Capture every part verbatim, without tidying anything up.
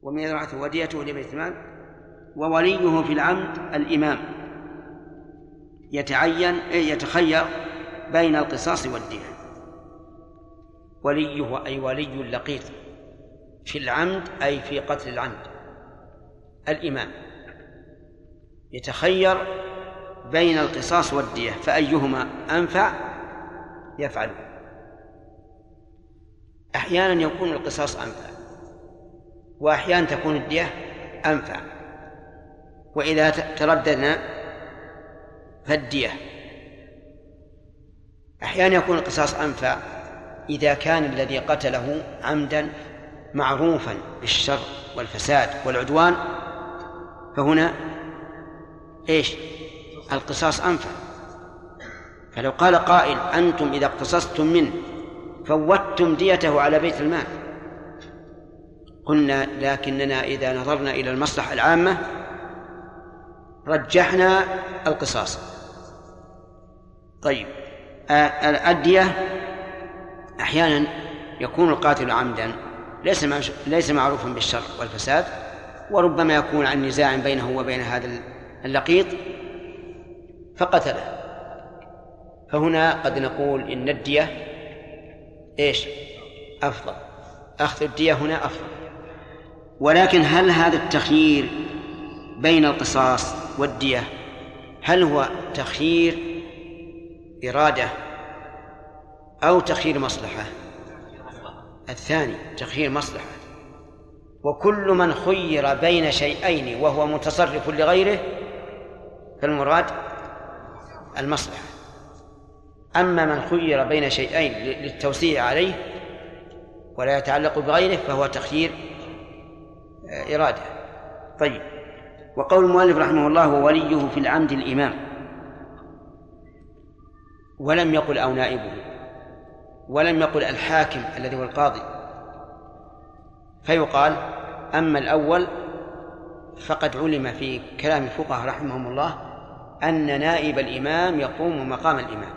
وميراثه وديته لبيت المال. ووليه في العمد الإمام يتعين يتخير بين القصاص والدية. وليه أي ولي اللقيط في العمد أي في قتل العمد الإمام يتخير بين القصاص والدية، فأيهما أنفع يفعل. أحيانا يكون القصاص أنفع وأحيانا تكون الدية أنفع، وإذا ترددنا فالدية. أحيانا يكون القصاص أنفع إذا كان الذي قتله عمدا معروفا بالشر والفساد والعدوان، فهنا إيش القصاص أنفع. فلو قال قائل أنتم إذا اقتصصتم منه فوتتم ديته على بيت المال، قلنا لكننا إذا نظرنا إلى المصلحة العامة رجحنا القصاص. طيب الدية أحيانا يكون القاتل عمدا ليس ليس معروفا بالشر والفساد، وربما يكون عن نزاع بينه وبين هذا اللقيط فقتله، فهنا قد نقول إن الدية إيش أفضل، أخذ الدية هنا أفضل. ولكن هل هذا التخيير بين القصاص والدية هل هو تخيير إرادة أو تخيير مصلحة؟ الثاني تخيير مصلحة. وكل من خير بين شيئين وهو متصرف لغيره فالمراد المصلحة. أما من خير بين شيئين للتوسيع عليه ولا يتعلق بغيره فهو تخيير إرادة. طيب وقول المؤلف رحمه الله ووليه في العمد الإمام، ولم يقل أو نائبه، ولم يقل الحاكم الذي هو القاضي، فيقال أما الأول فقد علم في كلام الفقهاء رحمهم الله أن نائب الإمام يقوم مقام الإمام.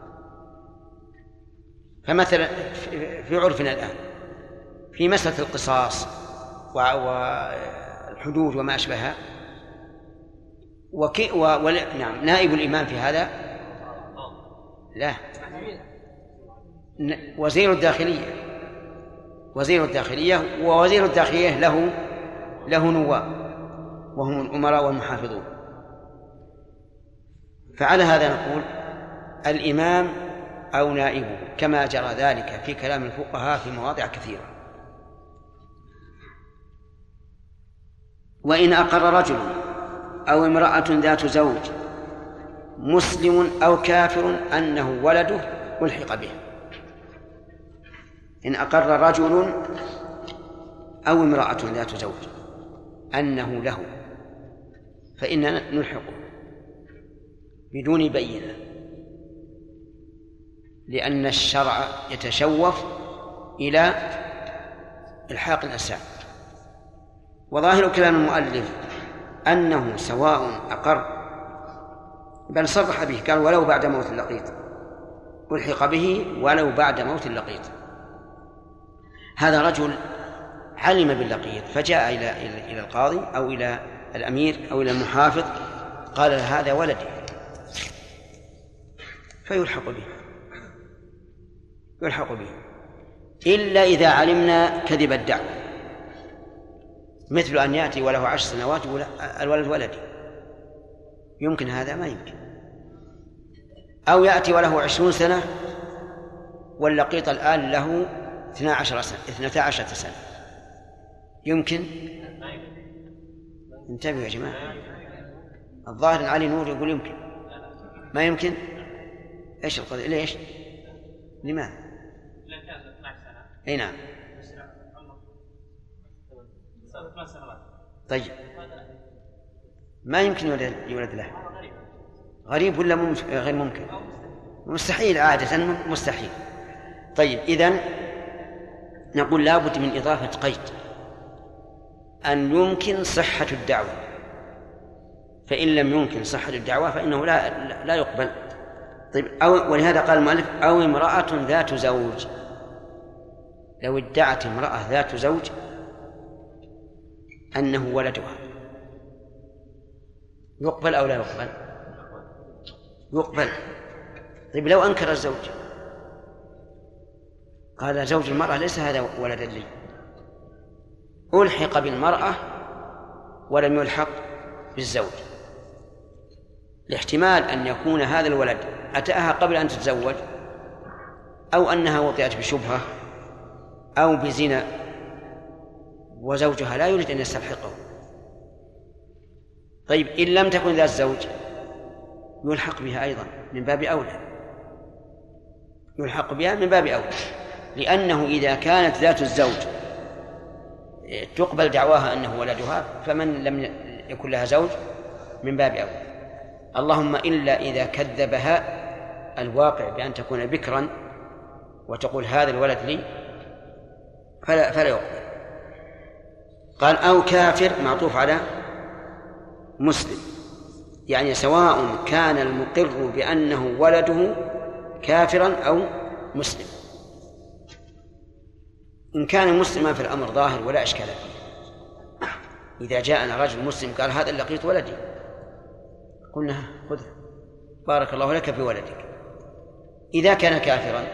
فمثلا في عرفنا الآن في مسألة القصاص والحدود وما أشبهها وكي و... و... نعم نائب الإمام في هذا لا وزير الداخلية، وزير الداخلية ووزير الداخلية له له نواب وهم الأمراء والمحافظون. فعلى هذا نقول الإمام أو نائبه كما جرى ذلك في كلام الفقهاء في مواضع كثيرة. وإن أقر رجل أو امرأة ذات زوج مسلم أو كافر أنه ولده ألحق به. إن أقر رجل أو امرأة ذات زوج أنه له فإننا نلحقه بدون بينة، لأن الشرع يتشوف إلى إلحاق الأنساب. وظاهر كلام المؤلف أنه سواء أقر، بل صرح به قال ولو بعد موت اللقيط، ألحق به ولو بعد موت اللقيط. هذا رجل علم باللقيط فجاء إلى إلى القاضي أو إلى الأمير أو إلى المحافظ قال هذا ولدي، فيلحق به يلحق به إلا إذا علمنا كذب الدعوة، مثل أن يأتي وله عشر سنوات الولد ولدي، يمكن هذا؟ ما يمكن. أو يأتي وله عشرون سنة واللقيط الآن له اثنا عشر سنة اثنتا عشرة سنة، يمكن؟ انتبهوا يا جماعة، الظاهر علي نور يقول يمكن، ما يمكن. ايش القضية؟ ليش؟ لماذا؟ اي نعم. طيب ما يمكن يولد, يولد له، غريب ولا مم... غير ممكن؟ مستحيل، عادة مستحيل. طيب إذن نقول لابد من إضافة قيد أن يمكن صحة الدعوة، فإن لم يمكن صحة الدعوة فإنه لا لا يقبل. طيب أو ولهذا قال المؤلف أو امرأة ذات زوج. لو ادعت امرأة ذات زوج أنه ولدها يقبل أو لا يقبل؟ يقبل. طيب لو أنكر الزوج قال زوج المرأة ليس هذا ولدا لي، ألحق بالمرأة ولم يلحق بالزوج، الاحتمال أن يكون هذا الولد أتاها قبل أن تتزوج، أو أنها وطئت بشبهة أو بزنا وزوجها لا يريد أن يستلحقه. طيب إن لم تكن ذات زوج يلحق بها أيضا من باب أولى، يلحق بها من باب أولى، لأنه إذا كانت ذات الزوج تقبل دعواها أنه ولدها، فمن لم يكن لها زوج من باب أولى. اللهم إلا إذا كذبها الواقع بأن تكون بكرا وتقول هذا الولد لي فلا, فلا يقبل. قال أو كافر معطوف على مسلم، يعني سواء كان المقر بأنه ولده كافرا أو مسلم. إن كان مسلما في الأمر ظاهر ولا إشكال فيه، إذا جاءنا رجل مسلم قال هذا لقيت ولدي قلنا خذه بارك الله لك بولدك. إذا كان كافرا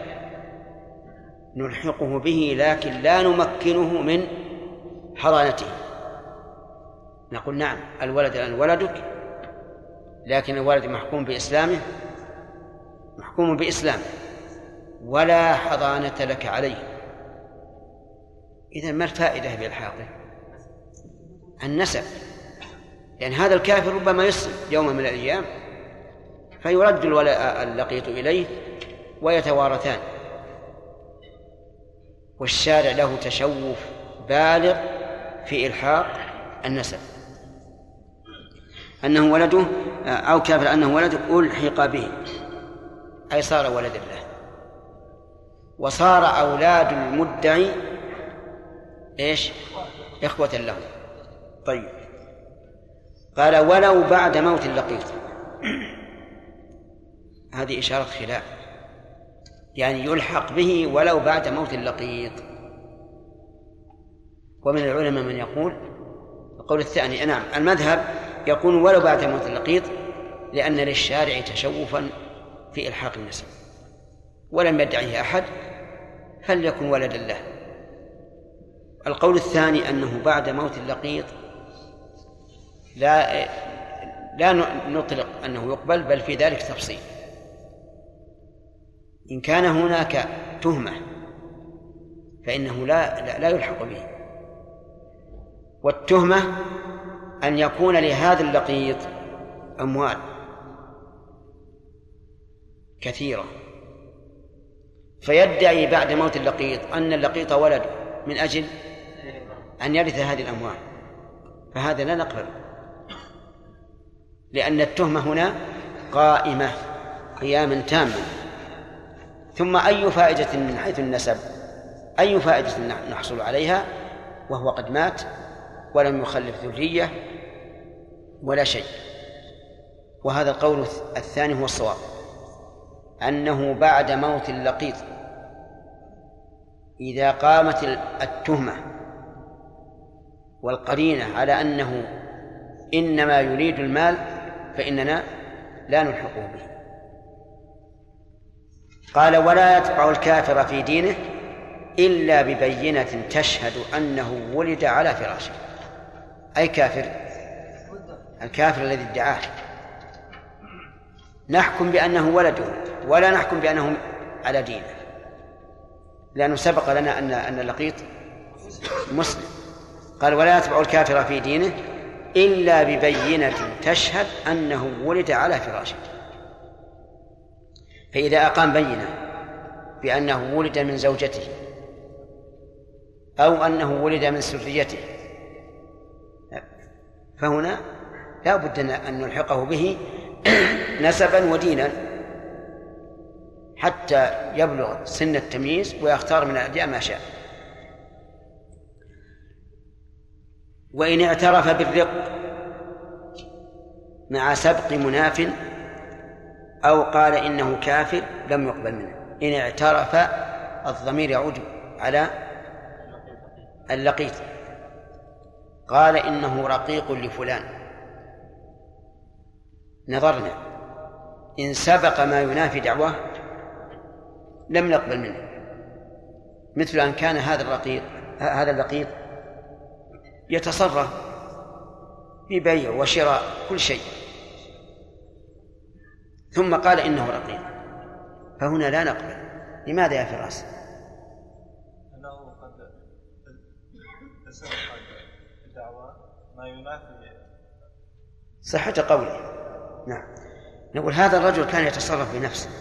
نلحقه به لكن لا نمكنه من حضانته، نقول نعم الولد الآن ولدك، لكن الولد محكوم بإسلامه محكوم بإسلامه ولا حضانة لك عليه. إذن ما الفائدة بإلحاقه؟ النسب، لأن هذا الكافر ربما يسلم يوم من الأيام فيرد اللقيط إليه ويتوارثان. والشارع له تشوف بالغ في إلحاق النسب، أنه ولده أو كافر أنه ولده ألحق به أي صار ولد له، وصار أولاد المدعي إيش؟ إخوة له. طيب قال ولو بعد موت اللقيط، هذه إشارة خلاف، يعني يلحق به ولو بعد موت اللقيط. ومن العلماء من يقول القول الثاني نعم المذهب يقول ولو بعد موت اللقيط، لأن للشارع تشوفا في إلحاق النسب ولم يدعه أحد فليكن ولدا له. القول الثاني أنه بعد موت اللقيط لا لا نطلق أنه يقبل، بل في ذلك تفصيل. إن كان هناك تهمة فإنه لا لا, لا يلحق به، والتهمة أن يكون لهذا اللقيط أموال كثيرة فيدعي بعد موت اللقيط أن اللقيط ولد من أجل أن يرث هذه الأموال، فهذا لا نقبل، لأن التهمة هنا قائمة قياما تاما. ثم أي فائدة من حيث النسب، أي فائدة نحصل عليها وهو قد مات ولم يخلف ذرية ولا شيء؟ وهذا القول الثاني هو الصواب، أنه بعد موت اللقيط إذا قامت التهمة والقرينة على أنه إنما يريد المال فإننا لا نلحقه به. قال ولا يتبع الكافر في دينه إلا ببينة تشهد أنه ولد على فراشه. أي كافر؟ الكافر الذي ادعاه نحكم بأنه ولده ولا نحكم بأنه على دينه، لأنه سبق لنا أن أن اللقيط مسلم. قال ولا يتبع الكافر في دينه إلا ببينة تشهد أنه ولد على فراشه. فإذا أقام بينة بأنه ولد من زوجته أو أنه ولد من سريته فهنا لا بد أن نلحقه به نسبا ودينا حتى يبلغ سن التمييز ويختار من الأديان ما شاء. وإن اعترف بالرق مع سبق مناف أو قال إنه كافر لم يقبل منه. إن اعترف الضمير يعود على اللقيط. قال إنه رقيق لفلان، نظرنا إن سبق ما ينافي دعواه لم نقبل منه، مثل أن كان هذا الرقيق هذا اللقيط يتصرف في بيع وشراء كل شيء، ثم قال إنه رقيق، فهنا لا نقبل. لماذا يا فراس؟ أنه قد تسبق الدعوة ما ينافي صحة قوله. نعم، نقول هذا الرجل كان يتصرف بنفسه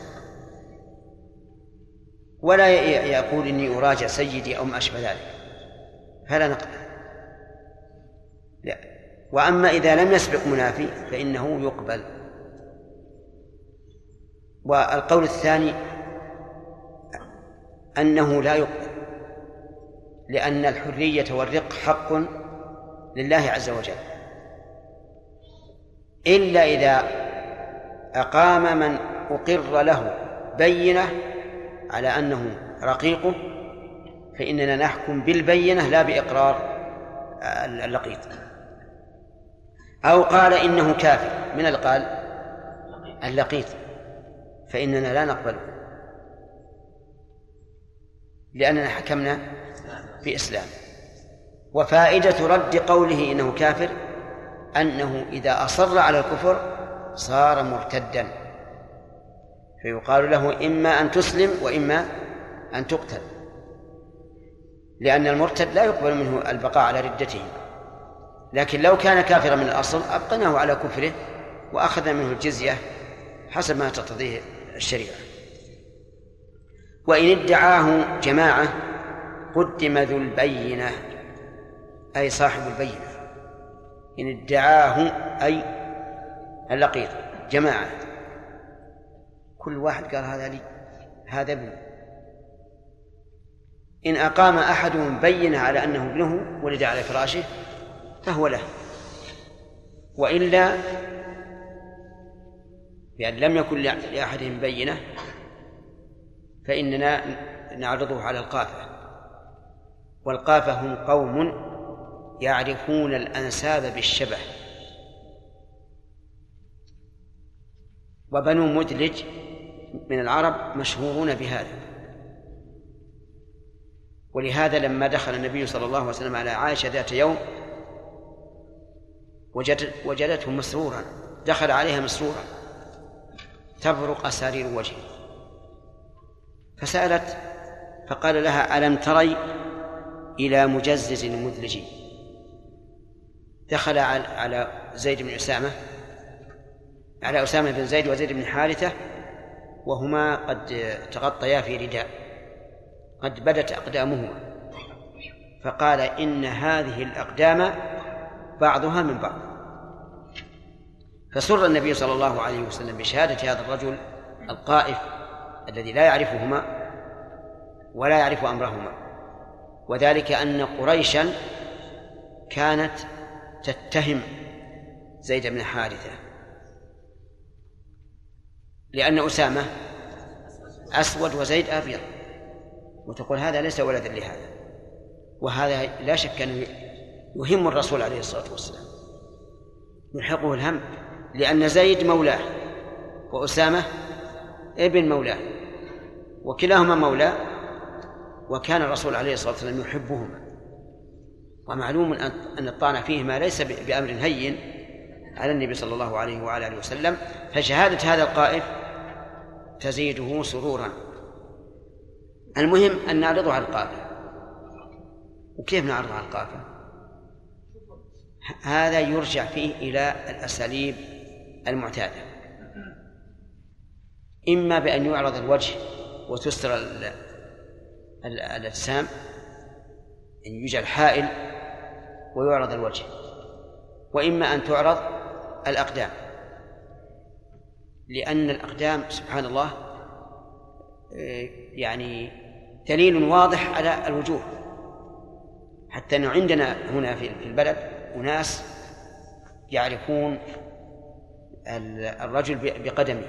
ولا يقول إني أراجع سيدي أو ما أشبه ذلك، فلا نقبل. لا. وأما إذا لم يسبق منافي فإنه يقبل. والقول الثاني أنه لا يقبل، لأن الحرية والرق حق لله عز وجل، إلا إذا أقام من أقر له بينة على أنه رقيقه، فإننا نحكم بالبينة لا بإقرار اللقيط. أو قال إنه كافر، من القال اللقيط، فإننا لا نقبله لأننا حكمنا بإسلام. وفائدة رد قوله إنه كافر أنه إذا أصر على الكفر صار مرتدا، فيقال له إما أن تسلم وإما أن تقتل، لأن المرتد لا يقبل منه البقاء على ردته. لكن لو كان كافرا من الأصل أبقناه على كفره وأخذ منه الجزية حسب ما تقتضيه الشريعة. وإن ادعاه جماعة قدم ذو البينة، أي صاحب البينة. إن ادعاه أي اللقيط جماعة، كل واحد قال هذا لي هذا ابنه. إن أقام أحدهم بينة على أنه ابنه ولد على فراشه فهو له، وإلا بأن لم يكن لأحدهم بينة فإننا نعرضه على القافة. والقافة هم قوم يعرفون الأنساب بالشبه، وبنو مدلج من العرب مشهورون بهذا. ولهذا لما دخل النبي صلى الله عليه وسلم على عائشة ذات يوم وجدت وجدته مسرورا، دخل عليها مسرورا تبرق أسارير وجهه، فسألت فقال لها ألم تري إلى مجزز مدلج؟ دخل على زيد بن أسامة على أسامة بن زيد وزيد بن حارثة وهما قد تغطيا في رداء قد بدت أقدامهما، فقال إن هذه الأقدام بعضها من بعض. فسر النبي صلى الله عليه وسلم بشهادة هذا الرجل القائف الذي لا يعرفهما ولا يعرف أمرهما، وذلك أن قريشا كانت تتهم زيد بن حارثة لأن أسامة أسود وزيد أبيض، وتقول هذا ليس ولدا لهذا. وهذا لا شك أنه يهم الرسول عليه الصلاة والسلام، يلحقه الهم، لأن زيد مولاه وأسامة ابن مولاه وكلاهما مولاه، وكان الرسول عليه الصلاة والسلام يحبهما. ومعلوم أن الطعن فيهما ليس بأمر هين على النبي صلى الله عليه وعلى آله وسلم، فشهادة هذا القائف تزيده سرورا. المهم أن نعرضه على القافة. وكيف نعرضه على القافة؟ هذا يرجع فيه إلى الأساليب المعتادة، إما بأن يعرض الوجه وتستر الأجسام، أن يجعل حائل ويعرض الوجه، وإما أن تعرض الأقدام، لأن الأقدام سبحان الله يعني دليل واضح على الوجوه. حتى أنه عندنا هنا في البلد أناس يعرفون الرجل بقدمه،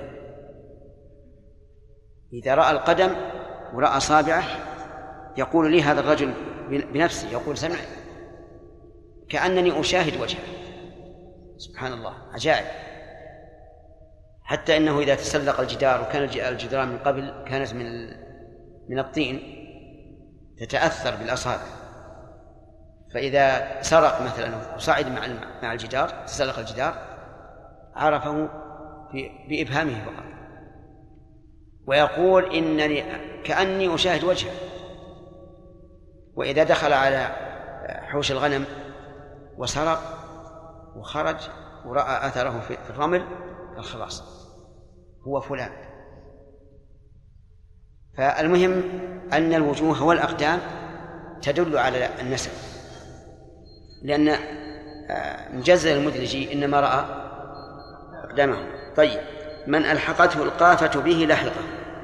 إذا رأى القدم ورأى صابعه يقول لي هذا الرجل بنفسه، يقول سمع كأنني أشاهد وجهه. سبحان الله، عجائب. حتى إنه إذا تسلق الجدار، وكان الجدار من قبل كانت من من الطين تتأثر بالأصابع، فإذا سرق مثلا وصعد مع مع الجدار، تسلق الجدار، عرفه بإبهامه فقط، ويقول إنني كأني أشاهد وجهه. وإذا دخل على حوش الغنم وسرق وخرج ورأى أثره في الرمل، الخلاص هو فلان. فالمهم أن الوجوه والأقدام تدل على النسب، لأن مجزل المدلجي إنما رأى أقدامه. طيب، من ألحقته القافة به لحقه.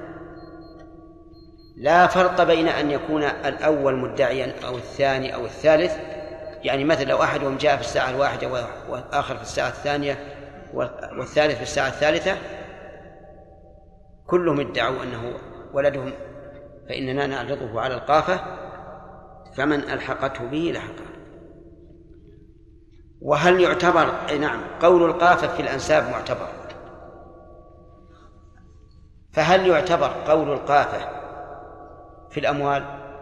لا فرق بين أن يكون الأول مدعيا أو الثاني أو الثالث. يعني مثل لو أحدهم جاء في الساعة الواحدة والآخر في الساعة الثانية والثالث في الساعة الثالثة، كلهم ادعوا أنه ولدهم، فإننا نعرضه على القافة، فمن ألحقته به لحقه. وهل يعتبر؟ نعم، قول القافة في الأنساب معتبر. فهل يعتبر قول القافة في الأموال؟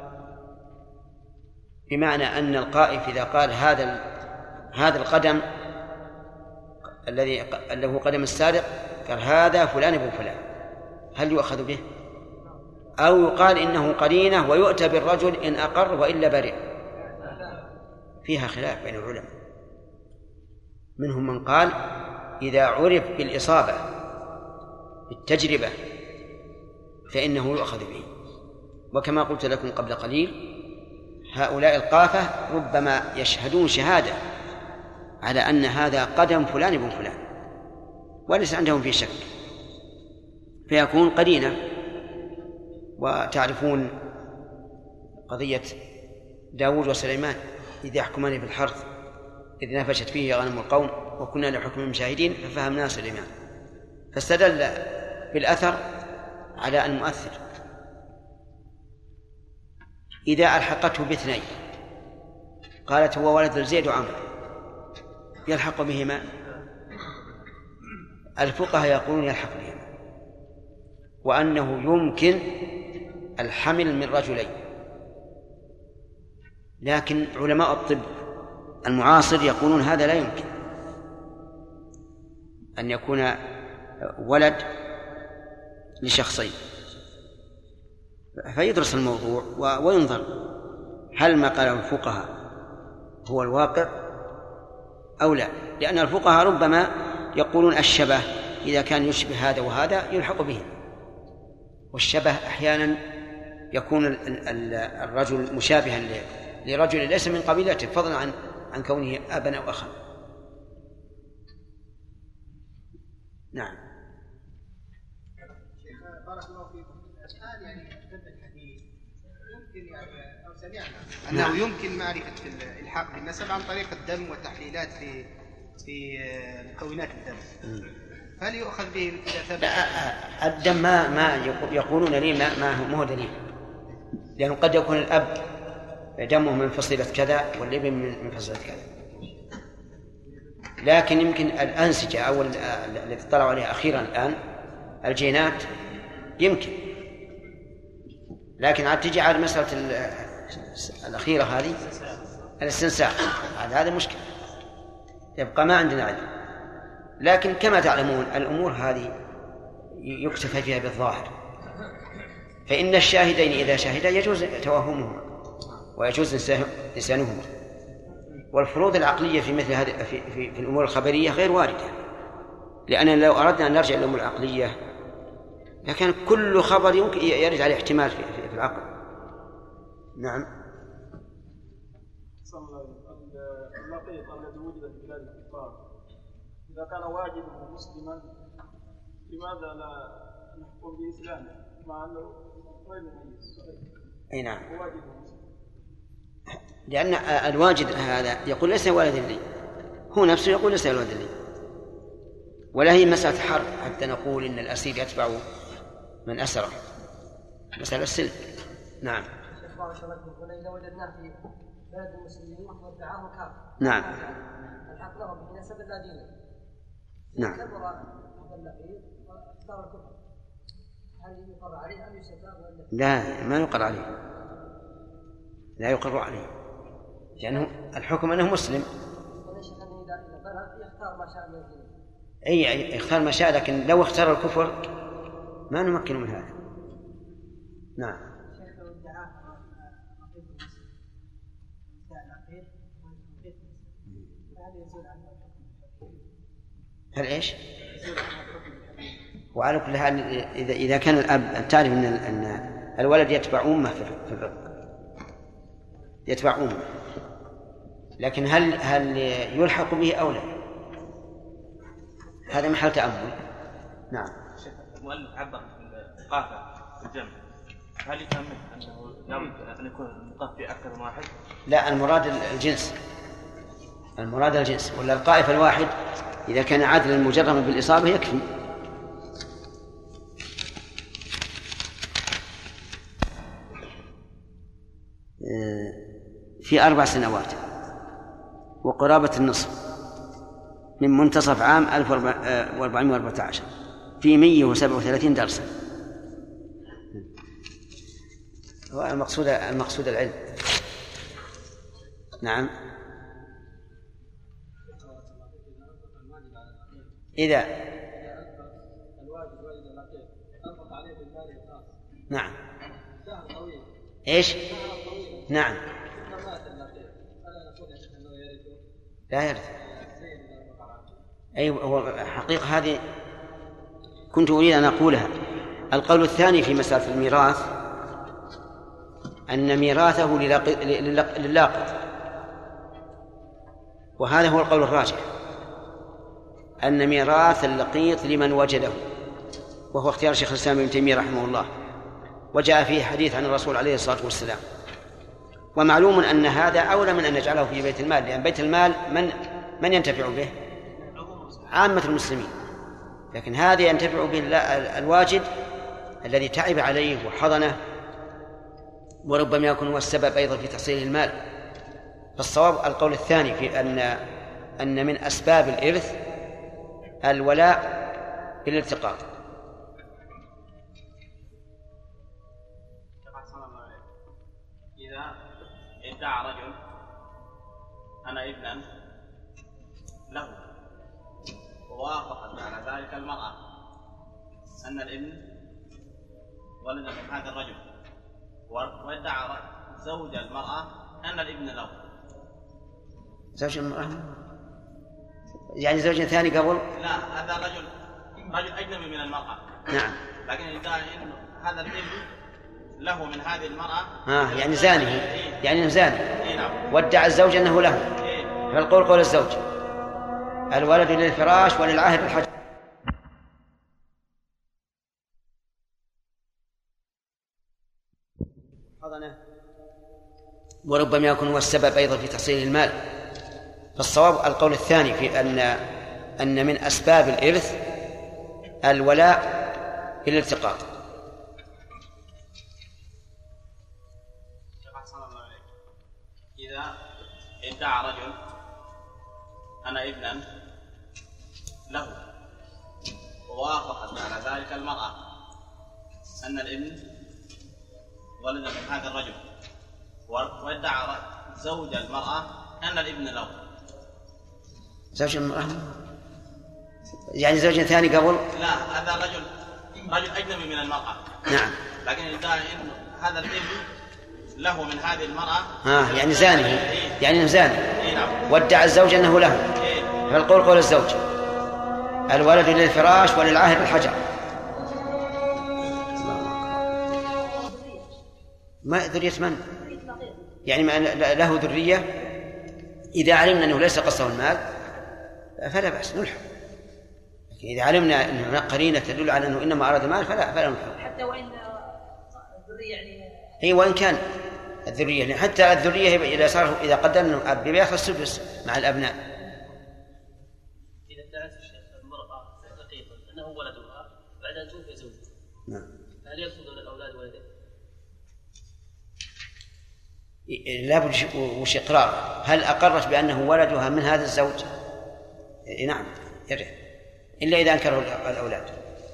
بمعنى أن القائف إذا قال هذا هذا القدم الذي له قدم السارق، قال هذا فلان ابن فلان، هل يؤخذ به؟ أو يقال إنه قرينة ويؤتى بالرجل إن أقر وإلا برئ؟ فيها خلاف بين العلماء. منهم من قال إذا عرف بالإصابة بالتجربة فإنه يؤخذ به. وكما قلت لكم قبل قليل، هؤلاء القافة ربما يشهدون شهادة على أن هذا قدم فلان ابن فلان وليس عندهم في شك، فيكون قرينة. وتعرفون قضية داود وسليمان إذ يحكمان في الحرث إذ نفشت فيه غنم القوم وكنا لحكم المشاهدين ففهمنا سليمان، فاستدل بالأثر على المؤثر. إذا ألحقته باثنين، قالت هو ولد زيد وعمرو، يلحق بهما؟ الفقهاء يقولون يلحق بهما، وأنه يمكن الحمل من رجلين. لكن علماء الطب المعاصر يقولون هذا لا يمكن، أن يكون ولد لشخصين. فيدرس الموضوع وينظر هل ما قاله الفقهاء هو الواقع أو لا، لأن الفقهاء ربما يقولون الشبه إذا كان يشبه هذا وهذا يلحق به، والشبه أحيانا يكون الرجل مشابها لرجل ليس من قبيلته، فضلا عن عن كونه أبا أو أخا. نعم. شيخ بارك الله فيكم، الآن يعني في الحديث يمكن يعني أو سمعنا أنه نعم. يمكن معرفة في الإلحاق بالنسب عن طريق الدم والتحليلات في في مكونات الدم، هل يؤخذ به إذا ثبت؟ الدم ما ما يقولون لي ما ما هو دليل، لأنه قد يكون الأب دمه من فصيلة كذا والابن من فصيلة كذا، لكن يمكن الأنسجة أو التي اطلعوا عليها أخيرا الآن الجينات يمكن، لكن عاد تجي على مسألة الأخيرة هذه الاستنساخ، هذا مشكلة يبقى ما عندنا علم. لكن كما تعلمون الأمور هذه يكتفى فيها بالظاهر، فإن الشاهدين إذا شاهدا يجوز توهمهما ويجوز نسيانهما، والفروض العقلية في مثل هذه في, في, في الأمور الخبرية غير واردة، لأن لو أردنا أن نرجع للأمور العقلية لكن كل خبر يمكن يرد عليه احتمال في, في, في العقل. نعم. اللقيط الذي وجد في بلاد الكفار إذا كان واجبه مسلما لماذا لا نحكم بإسلامه مع أنه غير مميز؟ أي نعم، لأن الواجد هذا يقول ليس ولد لي، هو نفسه يقول ليس ولد لي، ولا هي مسألة حرب حتى نقول إن الأسير يتبع من أسره، مسألة السلم. نعم. إذا وجدناه في بلد المسلمين وادعاه كافر. نعم. الحق له بنسب لا دين. نعم. كبر هذا اللقيط واختار الكفر. هل يقر عليه أم يستتاب ولا؟ لا، ما يقر عليه. لا يقر عليه. لأنه الحكم أنه مسلم. وليش أنه إذا بلغ يختار ما شاء من الدين. أي يختار ما شاء، لكن لو اختار الكفر ما نمكن من هذا. نعم. هل إيش؟ وعلى كل حال إذا إذا كان الأب تعرف أن أن الولد يتبع أمه في الرق، يتبع أمه، لكن هل هل يلحق به أو لا؟ هذا محل تأمل. نعم. المؤلف عبر القافة في الجمع، هل يفهم أنه لابد أن يكون المقاف في أكثر من واحد؟ لا، المراد الجنس، المراد الجنس، ولا القائف الواحد إذا كان عادلا مجرما بالإصابة يكفي. في أربع سنوات وقرابة النصف من منتصف عام ألف وأربعمائة وأربعة عشر في مئة وسبعة وثلاثين درسا. المقصود المقصود العلم. نعم. إذا نعم. إيش؟ نعم. لا يرث. أي هو حقيقة هذه كنت أريد أن أقولها. القول الثاني في مسألة الميراث أن ميراثه للاقط، وهذا هو القول الراجح، أن ميراث اللقيط لمن وجده، وهو اختيار شيخ الإسلام ابن تيمية رحمه الله، وجاء فيه حديث عن الرسول عليه الصلاة والسلام. ومعلوم أن هذا أولى من أن نجعله في بيت المال، لأن بيت المال من من ينتفع به؟ عامة المسلمين، لكن هذا ينتفع به الواجد الذي تعب عليه وحضنه، وربما يكون هو السبب أيضا في تحصيل المال. فالصواب القول الثاني في أن أن من أسباب الإرث الولاء بالالتقاط. إذا ادعى رجل أنا ابنا له ووافقت على ذلك المرأة أن الابن ولد من هذا الرجل، وادعى زوج المرأة أن الابن له. زوج المرأة يعني زوج ثاني قبل؟ لا، هذا رجل رجل أجنبي من المرأة. نعم. لكن ادعى أن هذا الابن له من هذه المرأة. آه يعني زاني. إيه؟ يعني زاني. إيه نعم. وادعى الزوج أنه له. إيه؟ فالقول قول الزوج، الولد للفراش وللعاهر الحجر. حضنه، وربما يكون هو السبب أيضا في تحصيل المال. فالصواب القول الثاني في أن أن من أسباب الإرث الولاء بالالتقاط. إذا ادعى رجل أنا ابنا له ووافقت على ذلك المرأة أن الابن ولد من هذا الرجل، وادعى زوج المرأة أن الابن له. زوج المرأة يعني زوج ثاني قبل؟ لا، هذا رجل رجل أجنبي من المرأة. نعم. لكن ادعى أن هذا الابن له من هذه المرأة. آه يعني زاني. يعني زاني. إيه نعم. وادعى الزوج أنه له. إيه؟ فالقول قول الزوج، الولد للفراش وللعاهر الحجر. ما ذرية من؟ يعني ما له ذرية. إذا علمنا أنه ليس قصده المال فلا بأس نلحق، لكن إذا علمنا أن هناك قرينة تدل على أنه إنما أراد المال فلا فلا نلحق. حتى وإن الذرية يعني هي وإن كان الذرية، يعني حتى الذرية إذا صار إذا قدرنا أب بيأخذ السدس مع الأبناء. إذا ادعت المرأة لقيطا أنه ولدها بعد أن توفي زوجها. نعم. هل يدخل الأولاد ولده؟ لا بد وش إقرار. هل أقرت بأنه ولدها من هذا الزوج؟ نعم يرجع، إلا إذا أنكره الأولاد.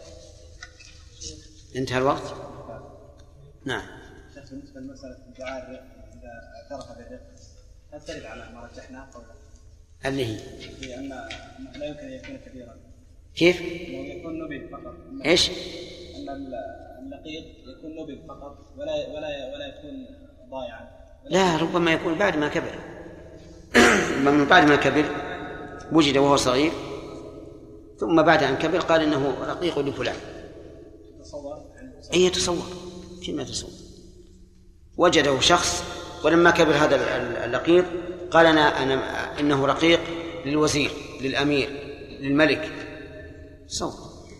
انتهى الوقت. نعم. بالنسبة لمسألة الدعاء إذا اعترف بالرق هل ترد على ما رجحنا قولا؟ اللي هي هي أن لا يمكن أن يكون كبيرا. كيف؟ أنه يكون نبي فقط. إيش؟ أن اللقيط يكون نبي فقط ولا ولا ولا يكون ضايعا. لا، ربما يكون بعد ما كبر. من بعد ما كبر وجد وهو صغير، ثم بعد أن كبر قال إنه رقيق لفلان. تصور. أي يتصور فيما تصور. وجده شخص ولما كبر هذا اللقيط قال أنا أنا إنه رقيق للوزير للأمير للملك. صور.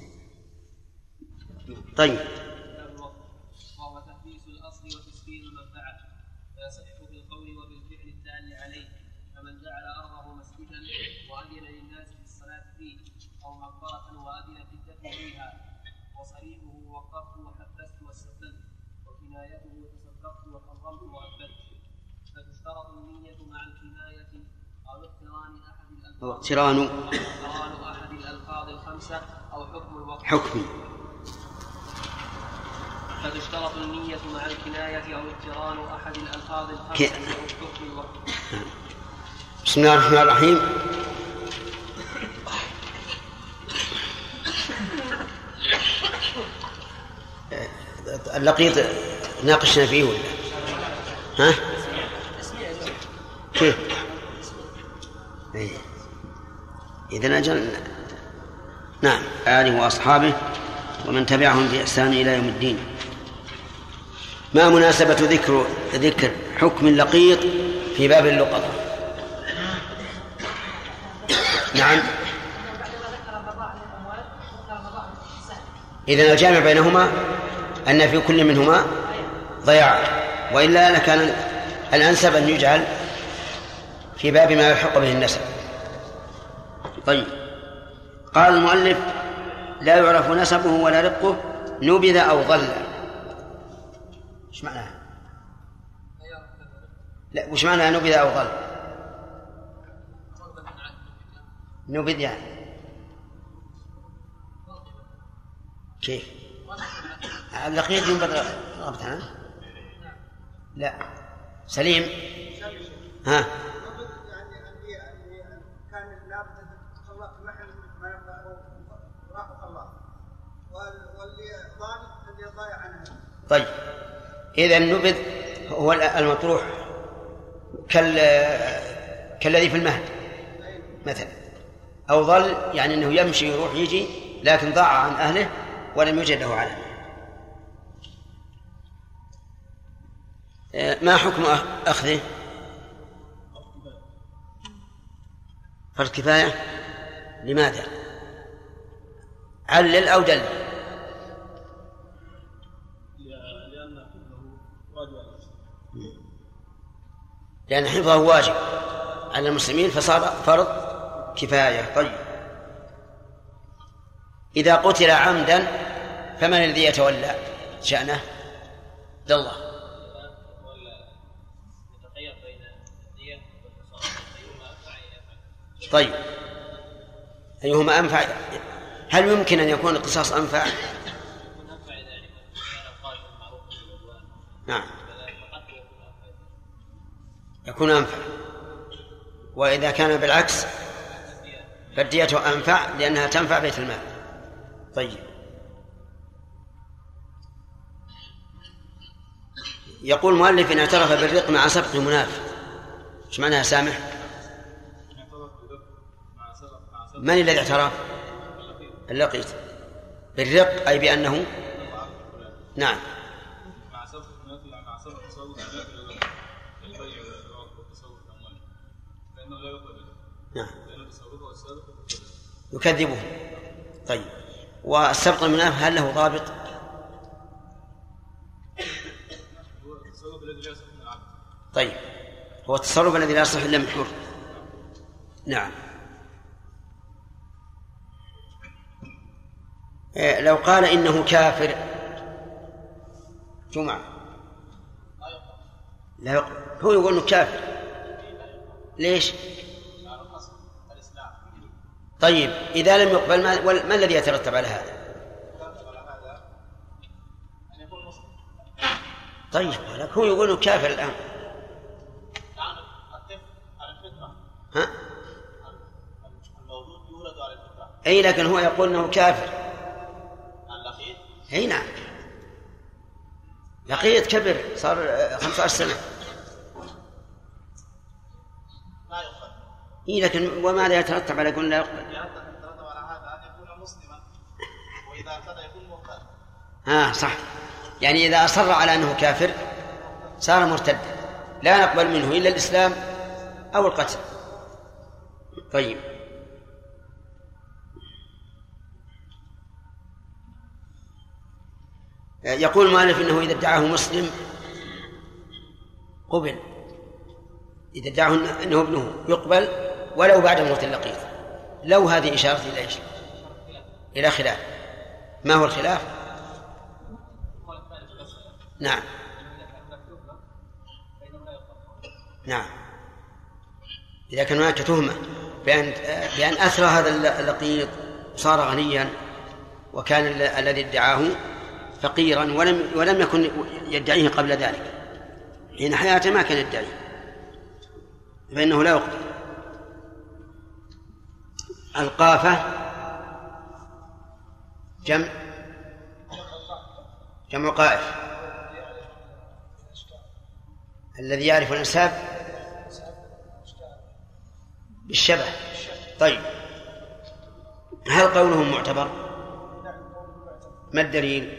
طيب. وهو تحديث الأصل وتسكين المنفعة فيصح بالقول وبالفعل الدال عليه، فمن جعل أرضه مسجدا وأذن للناس بالصلاة فيه أو مقبرة وأذن في الدفن فيها وصريحه وقفت وحدثت واستدلت وكنايته تصدقت وحرمت وأثبت فتشترط النية مع الكناية أو اقتران أحد الألفاظ اقتران أحد الألفاظ الخمسة أو حكم الوقت حكمي. فتشترط النية مع الكناية أو اقتران أحد الألفاظ الخمسة أو حكم الوقت. بسم الله الرحمن الرحيم. اللقيط ناقشنا فيه ولا ها؟ كيف؟ إذن أجل. نعم. آله وأصحابه ومن تبعهم بإحسان إلى يوم الدين. ما مناسبة ذكر ذكر حكم اللقيط في باب اللقطة؟ نعم. إذن الجامع بينهما أن في كل منهما ضياع، وإلا لكان الأنسب أن يجعل في باب ما يلحق به النسب. طيب. قال المؤلف لا يعرف نسبه ولا رقه نبذ أو ظل. ايش معناها؟ لا، وش معنى نبذ أو ظل؟ نبذ يعني كيف؟ اللقيط ينبذ ربط عنه؟ لا. سليم. ها. طيب. إذا النبذ هو المطروح كال... كالذي في المهد مثلا، أو ظل يعني أنه يمشي يروح يجي لكن ضاع عن أهله ولم يوجد له علم. ما حكم أخذه؟ فرض كفاية. لماذا؟ علل أو دل؟ لأن حفظه واجب على المسلمين فصار فرض كفاية. طيب. إذا قتل عمدا فمن الذي يتولى شأنه؟ الله. طيب. أيهما أنفع؟ هل يمكن أن يكون القصاص أنفع؟ نعم يكون أنفع. وإذا كان بالعكس فالدية أنفع لأنها تنفع بيت المال. طيب. يقول مؤلف إن اعترف بالرق مع سبق مناف. ايش معناها سامح؟ من الذي اعترف؟ اللقيط بالرق أي بأنه نعم نعم يكذبه. طيب. والسبق المناف هل له ضابط؟ طيب. هو التصرف الذي لا يصح إلا من حر. نعم. لو قال إنه كافر جمعة لا يقبل. هو يقول انه كافر. ليش؟ طيب إذا لم يقبل ما, ما الذي يترتب على هذا؟ طيب هو يقول انه كافر الآن. ها؟ أي لكن هو يقول أنه كافر. أي نعم لقيت كبر صار خمسة عشر سنة. إيه لكن وماذا يترتب على يقول لا يقبل؟ يترتب على هذا أن يكون مسلما وإذا ارتد يكون مرتدا. ها صح، يعني إذا أصر على أنه كافر صار مرتدا لا نقبل منه إلا الإسلام أو القتل. طيب يقول المؤلف إنه إذا ادعاه مسلم قبل، إذا ادعاه أنه ابنه يقبل ولو بعد موت اللقيط. لو هذه إشارة إلى إيش؟ إلى خلاف. ما هو الخلاف؟ نعم نعم إذا كان هناك تهمة بأن بأن أثرى هذا اللقيط صار غنيا وكان الذي ادعاه فقيرا ولم ولم يكن يدعيه قبل ذلك، حين حياته ما كان يدعيه، فإنه لا يقبل. القافة جمع جمع قائف، الذي يعرف الأنساب بالشبه. طيب هل قوله معتبر؟ ما الدليل؟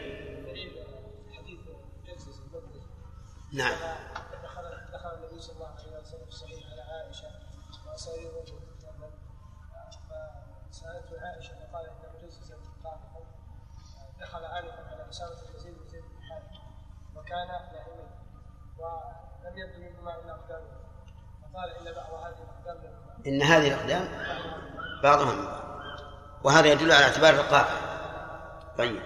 نعم دخل النبي صلى الله عليه وسلم في الصحيح على عائشة وصير فسألت عائشة فقال إنه جزء قائما دخل آنفا على أسامة بن يزيد بن زيد بن حارثة وكان نائما ولم يبدو منهما إلا أقدامه فقال إن بعض هذه الأقدام إن هذه الأقدام بعضهم، وهذا يدل على اعتبار القافة. طيب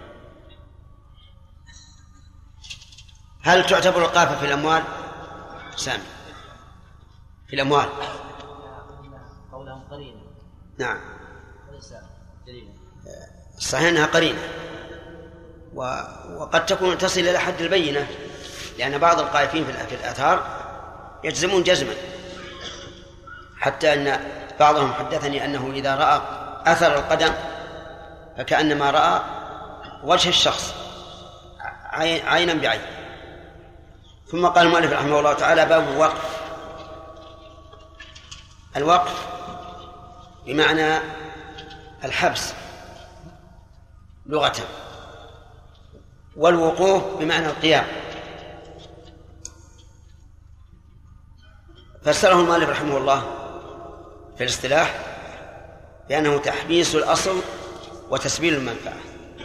هل تعتبر القافة في الأموال؟ سامي في الأموال قولهم قرينة. نعم وليس دليلا. صحيح أنها قرينة و... وقد تكون تصل إلى حد البينة، لأن بعض القائفين في الآثار يجزمون جزما، حتى أن بعضهم حدثني أنه إذا رأى أثر القدم فكأنما رأى وجه الشخص عينا بعين. ثم قال المؤلف رحمه الله تعالى: باب الوقف. الوقف بمعنى الحبس لغة، والوقوف بمعنى القيام. فسره المؤلف رحمه الله في الاصطلاح بأنه تحبيس الأصل وتسبيل المنفعة.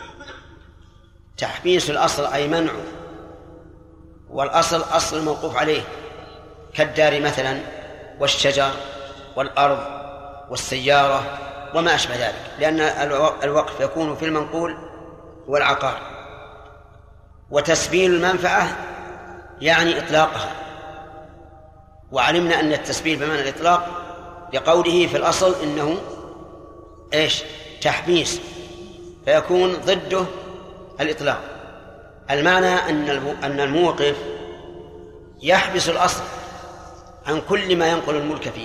تحبيس الأصل أي منعه، والأصل أصل الموقوف عليه كالدار مثلا والشجر والأرض والسيارة وما أشبه ذلك، لأن الوقف يكون في المنقول والعقار. وتسبيل المنفعة يعني إطلاقها، وعلمنا أن التسبيل بمعنى الإطلاق لقوله في الأصل إنه إيش؟ تحبيس، فيكون ضده الإطلاق. المعنى أن الموقف يحبس الأصل عن كل ما ينقل الملك فيه،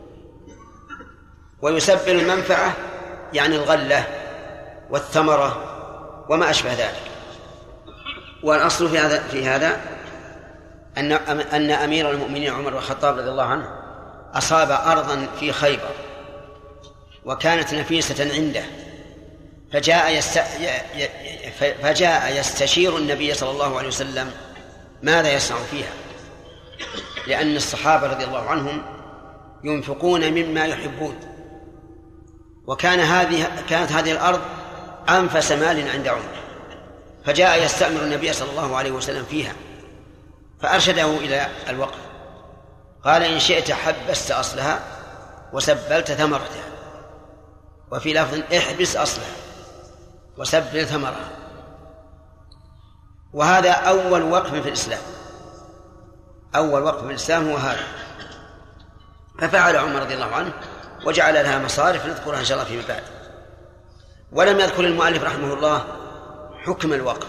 ويسبل المنفعة يعني الغلة والثمرة وما أشبه ذلك. والأصل في هذا في هذا أن أن أمير المؤمنين عمر بن الخطاب رضي الله عنه أصاب أرضا في خيبر وكانت نفيسة عنده، فجاء يست... فجاء يستشير النبي صلى الله عليه وسلم ماذا يصنع فيها، لأن الصحابة رضي الله عنهم ينفقون مما يحبون، وكان هذه كانت هذه الأرض أنفس مال عند عمر، فجاء يستأمر النبي صلى الله عليه وسلم فيها، فأرشده إلى الوقف. قال: إن شئت حبست أصلها وسبلت ثمرتها، وفي لفظ: احبس أصلها وسبل ثمرها. وهذا أول وقف في الإسلام، أول وقف بالإسلام هو هذا. ففعل عمر رضي الله عنه وجعل لها مصارف نذكرها إن شاء الله فيما بعد. ولم يذكر المؤلف رحمه الله حكم الوقف،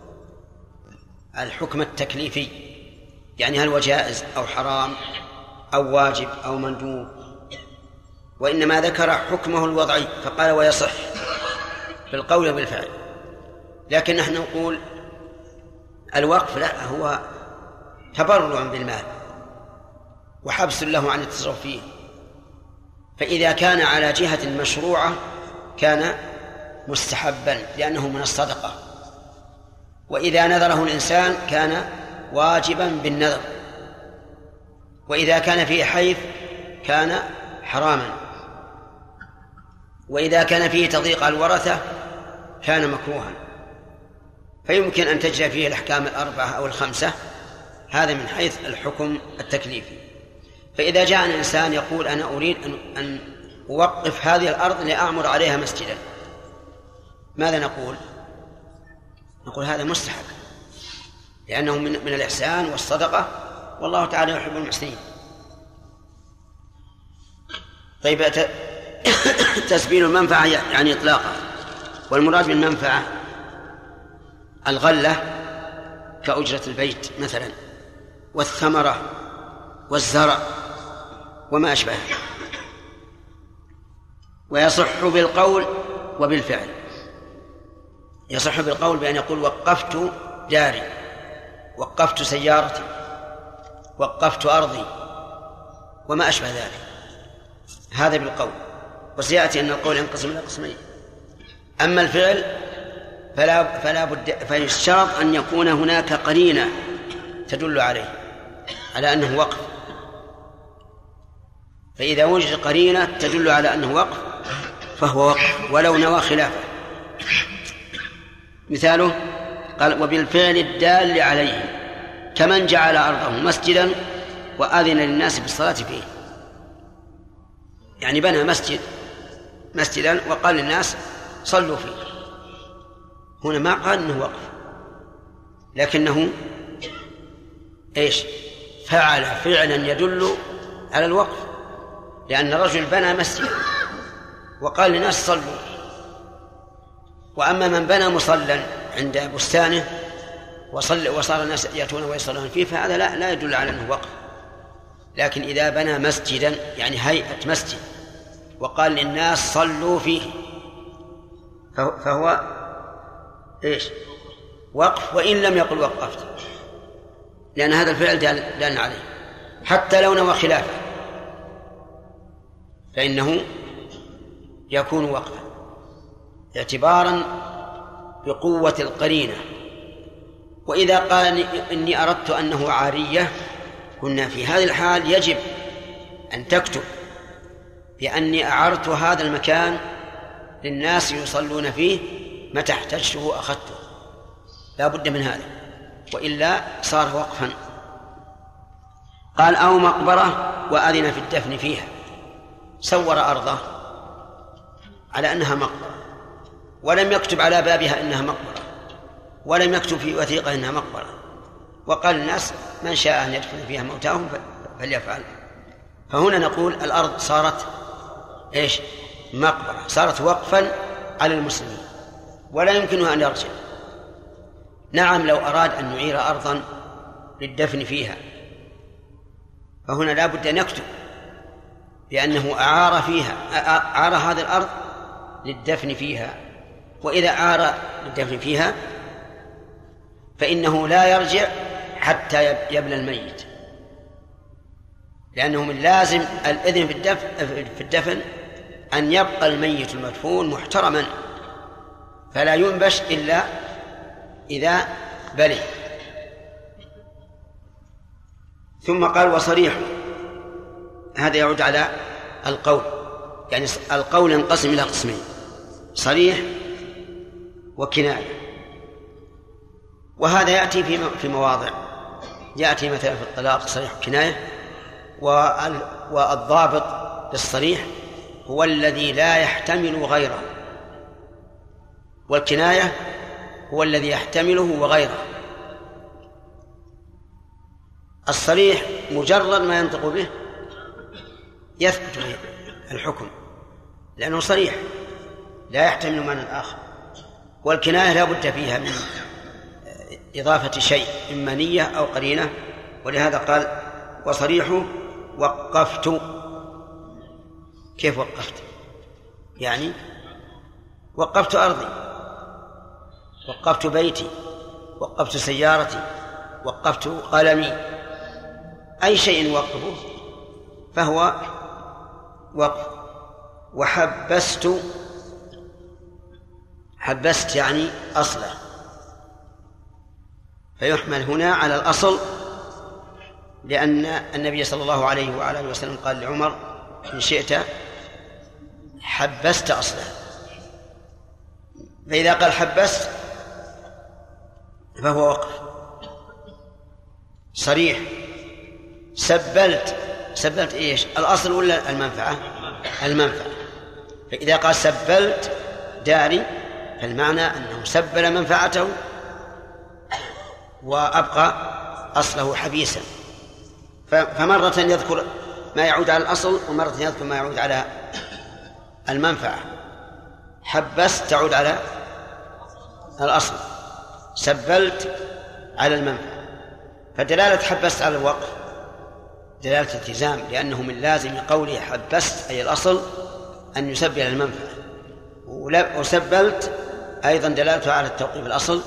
الحكم التكليفي، يعني هل هو جائز أو حرام أو واجب أو مندوب، وإنما ذكر حكمه الوضعي فقال ويصح بالقول وبالفعل. لكن نحن نقول الوقف لا، هو تبرع بالمال وحبس له عن التصرف فيه، فإذا كان على جهة مشروعة كان مستحبا لأنه من الصدقة، وإذا نذره الإنسان كان واجبا بالنذر، وإذا كان فيه حيف كان حراما، وإذا كان فيه تضييق على الورثة كان مكروها. فيمكن أن تجري فيه الأحكام الأربعة أو الخمسة، هذا من حيث الحكم التكليفي. فإذا جاء الإنسان يقول أنا أريد أن أوقف هذه الأرض لأعمر عليها مسجدا، ماذا نقول؟ نقول هذا مستحب لأنه من, من الإحسان والصدقة، والله تعالى يحب المحسنين. طيب، تسبيل المنفعة يعني إطلاقها، والمراد بالمنفعة الغلة كأجرة البيت مثلا، والثمرة والزرع وما أشبهه. ويصح بالقول وبالفعل. يصح بالقول بأن يقول وقفت داري، وقفت سيارتي، وقفت أرضي وما أشبه ذلك، هذا بالقول. وسيأتي أن القول ينقسم إلى قسمين. أما الفعل فلا, فلا بد فيشترط أن يكون هناك قرينة تدل عليه على أنه وقف. فإذا وجد قرينة تدل على أنه وقف فهو وقف ولو نوى خلافه. مثاله قال وبالفعل الدال عليه، كمن جعل أرضه مسجدا وآذن للناس بالصلاة فيه، يعني بنى مسجد مسجدا وقال للناس صلوا فيه. هنا ما قال أنه وقف، لكنه إيش؟ فعل فعلا يدل على الوقف، لأن الرجل بنى مسجدا وقال للناس صلوا. وأما من بنى مصلى عند بستانه وصل وصار الناس يأتون ويصلون فيه فهذا لا, لا يدل على أنه وقف. لكن إذا بنى مسجدا يعني هيئة مسجد وقال للناس صلوا فيه فهو إيش؟ وقف، وإن لم يقل وقفت، لأن هذا الفعل دال عليه حتى لو نوى خلافه فإنه يكون وقفا اعتبارا بقوة القرينة. وإذا قال إني أردت أنه عارية قلنا في هذه الحال يجب أن تكتب بأني أعرت هذا المكان للناس يصلون فيه، متى احتجته أخذته، لا بد من هذا، وإلا صار وقفا. قال أو مقبرة وأذن في الدفن فيها، صور أرضه على أنها مقبرة ولم يكتب على بابها إنها مقبرة، ولم يكتب في وثيقة إنها مقبرة، وقال الناس من شاء أن يدفن فيها موتاهم فليفعل. فهنا نقول الأرض صارت إيش؟ مقبرة، صارت وقفا على المسلمين ولا يمكنها أن يرجع. نعم لو أراد أن يعير أرضا للدفن فيها فهنا لا بد أن يكتب لأنه أعار فيها أعار هذه الأرض للدفن فيها، وإذا أعار للدفن فيها فإنه لا يرجع حتى يبلى الميت، لأنه من لازم الإذن في الدفن, في الدفن أن يبقى الميت المدفون محترما فلا ينبش إلا إذا بلي. ثم قال وصريح، هذا يعود على القول، يعني القول ينقسم إلى قسمين، صريح وكناية. وهذا يأتي في مواضع، يأتي مثلا في الطلاق صريح وكناية، والضابط للصريح هو الذي لا يحتمل غيره، والكناية هو الذي يحتمله وغيره. الصريح مجرد ما ينطق به يثبت الحكم لأنه صريح لا يحتمل معنى آخر. والكناية لا بد فيها من إضافة شيء إما نية أو قرينة، ولهذا قال وصريحه وقفت. كيف وقفت؟ يعني وقفت أرضي، وقفت بيتي، وقفت سيارتي، وقفت قلمي، أي شيء وقفه فهو وقف. وحبست، حبست يعني أصله، فيحمل هنا على الأصل، لأن النبي صلى الله عليه وعلى آله وسلم قال لعمر إن شئت حبست أصله. فإذا قال حبست فهو وقف صريح. سبلت، سبلت إيش؟ الأصل ولا المنفعة؟ المنفعة. فإذا قال سبلت داري فالمعنى أنه سبل منفعته وأبقى أصله حبيسا. فمرة يذكر ما يعود على الأصل ومرة يذكر ما يعود على المنفعة. حبست تعود على الأصل، سبلت على المنفعة. فدلالة حبست على الوقف دلالة التزام، لأنه من لازم قوله حبست أي الأصل أن يسبل المنفعة. وسبلت أيضا دلالته على التوقيف الأصل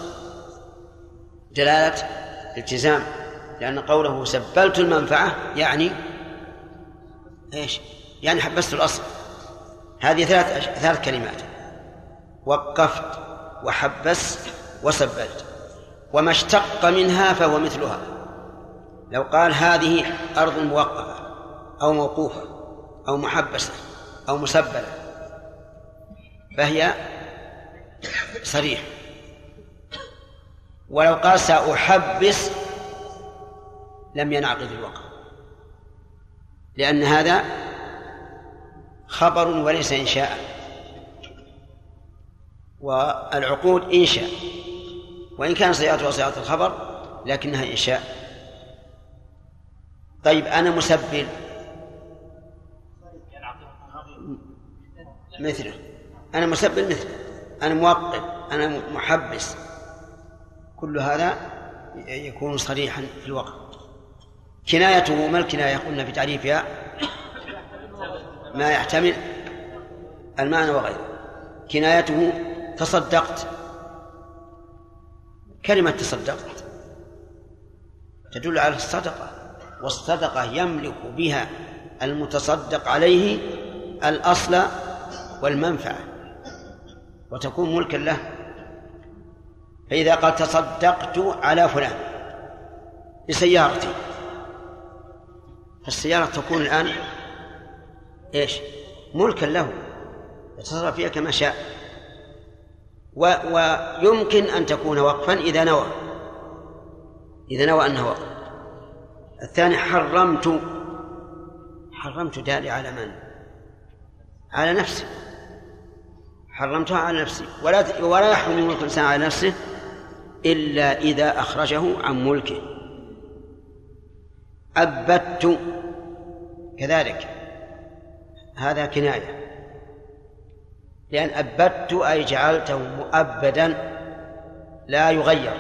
دلالة التزام، لأن قوله سبلت المنفعة يعني إيش؟ يعني حبست الأصل. هذه ثلاث ثلاث كلمات: وقفت وحبست وسبلت. وما اشتق منها فهو مثلها. لو قال هذه أرض موقفة أو موقوفة أو محبسة أو مسبلة فهي صريح. ولو قال سأحبس لم ينعقد الوقف، لأن هذا خبر وليس إنشاء، والعقود إنشاء، وإن كان صيغتها صيغة الخبر لكنها إنشاء. طيب أنا مسبل مثله، أنا مسبل مثله، أنا موقف، أنا محبس، كل هذا يكون صريحا في الوقت. كنايته ما الكناية؟ قلنا في تعريفها ما يحتمل المعنى وغيره. كنايته تصدقت. كلمة تصدقت تدل على الصدقة، والصدقة يملك بها المتصدق عليه الأصل والمنفعة وتكون ملكا له. فإذا قال تصدقت على فلان بسيارتي فالسيارة تكون الآن إيش؟ ملكا له، يتصرف فيها كما شاء. و... ويمكن أن تكون وقفا إذا نوى، إذا نوى أنه وقف. الثاني حرمت. حرمت دالي على من؟ على نفسي، حرمتها على نفسي. ولا ولا يحرم ملك الإنسان على نفسه إلا إذا أخرجه عن ملكه. أبدت كذلك، هذا كناية، لأن أبدت أي جعلته مؤبدا لا يغير،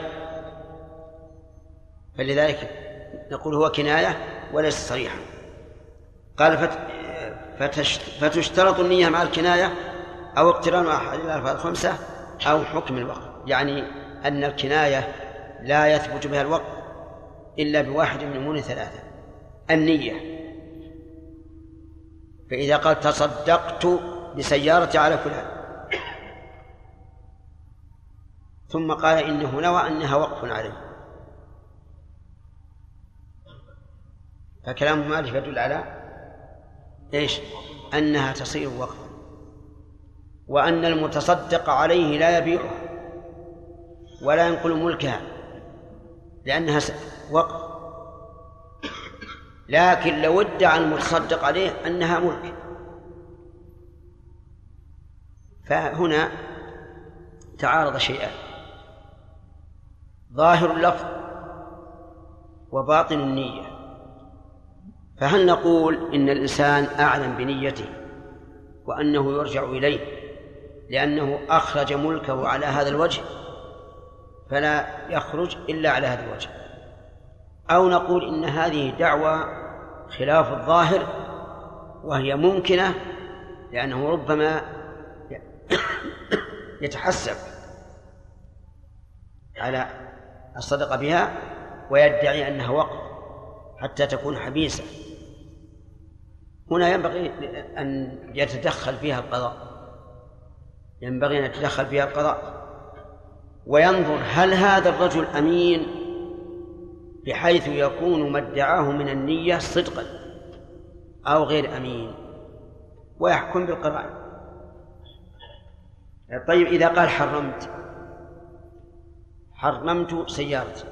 فلذلك نقول هو كناية وليس صريحا. قال فت... فتشت... فتشترط النية مع الكناية أو اقتران أحد الألفاظ الخمسة أو حكم الوقف، يعني أن الكناية لا يثبت بها الوقف إلا بواحد من أمور ثلاثة: النية. فإذا قال تصدقت بسيارتي على فلان ثم قال إنه نوى أنها وقف عليه، فكلام مالك يدل على إيش؟ أنها تصير وقفا، وأن المتصدق عليه لا يبيعها ولا ينقل ملكها لأنها وقف. لكن لو ادعى المتصدق عليه أنها ملك فهنا تعارض شيئان: ظاهر اللفظ وباطن النية. فهل نقول إن الإنسان أعلم بنيته وأنه يرجع إليه لأنه أخرج ملكه على هذا الوجه فلا يخرج إلا على هذا الوجه، أو نقول إن هذه دعوة خلاف الظاهر وهي ممكنة لأنه ربما يتحسب على الصدقة بها ويدعي أنها وقف حتى تكون حبيسة. هنا ينبغي أن يتدخل فيها القضاء، ينبغي أن يتدخل فيها القضاء وينظر هل هذا الرجل أمين بحيث يكون ما ادعاه من النية صدقا أو غير أمين، ويحكم بالقرائن. طيب إذا قال حرمت حرمت سيارتي،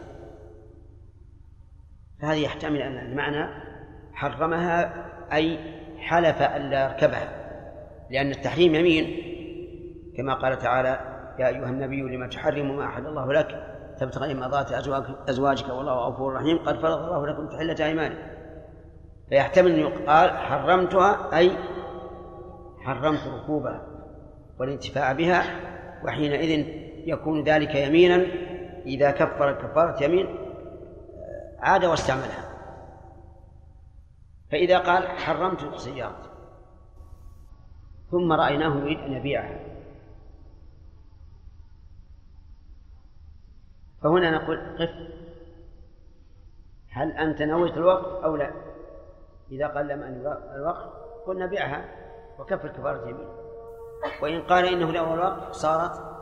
فهذه يحتمل أن المعنى حرمها أي حلف ألا يركبها، لأن التحريم يمين كما قال تعالى يا أيها النبي لما تحرم ما أحل الله لك تبتغي مرضات أزواجك والله غفور رحيم قد فرض الله لكم تحلة أيمانكم. فيحتمل أن يقال حرمتها أي حرمت ركوبها والانتفاع بها، وحينئذ يكون ذلك يمينا إذا كفر كفارة يمين عاد واستعملها. فإذا قال حرمت سيارتي ثم رأيناه يريد أن يبيعها، فهنا نقول قف، هل أنت نويت الوقف أو لا؟ إذا قال لم أن الوقف قلنا بيعها وكفر كفارة يمين، وإن قال إنه لأول الوقف صارت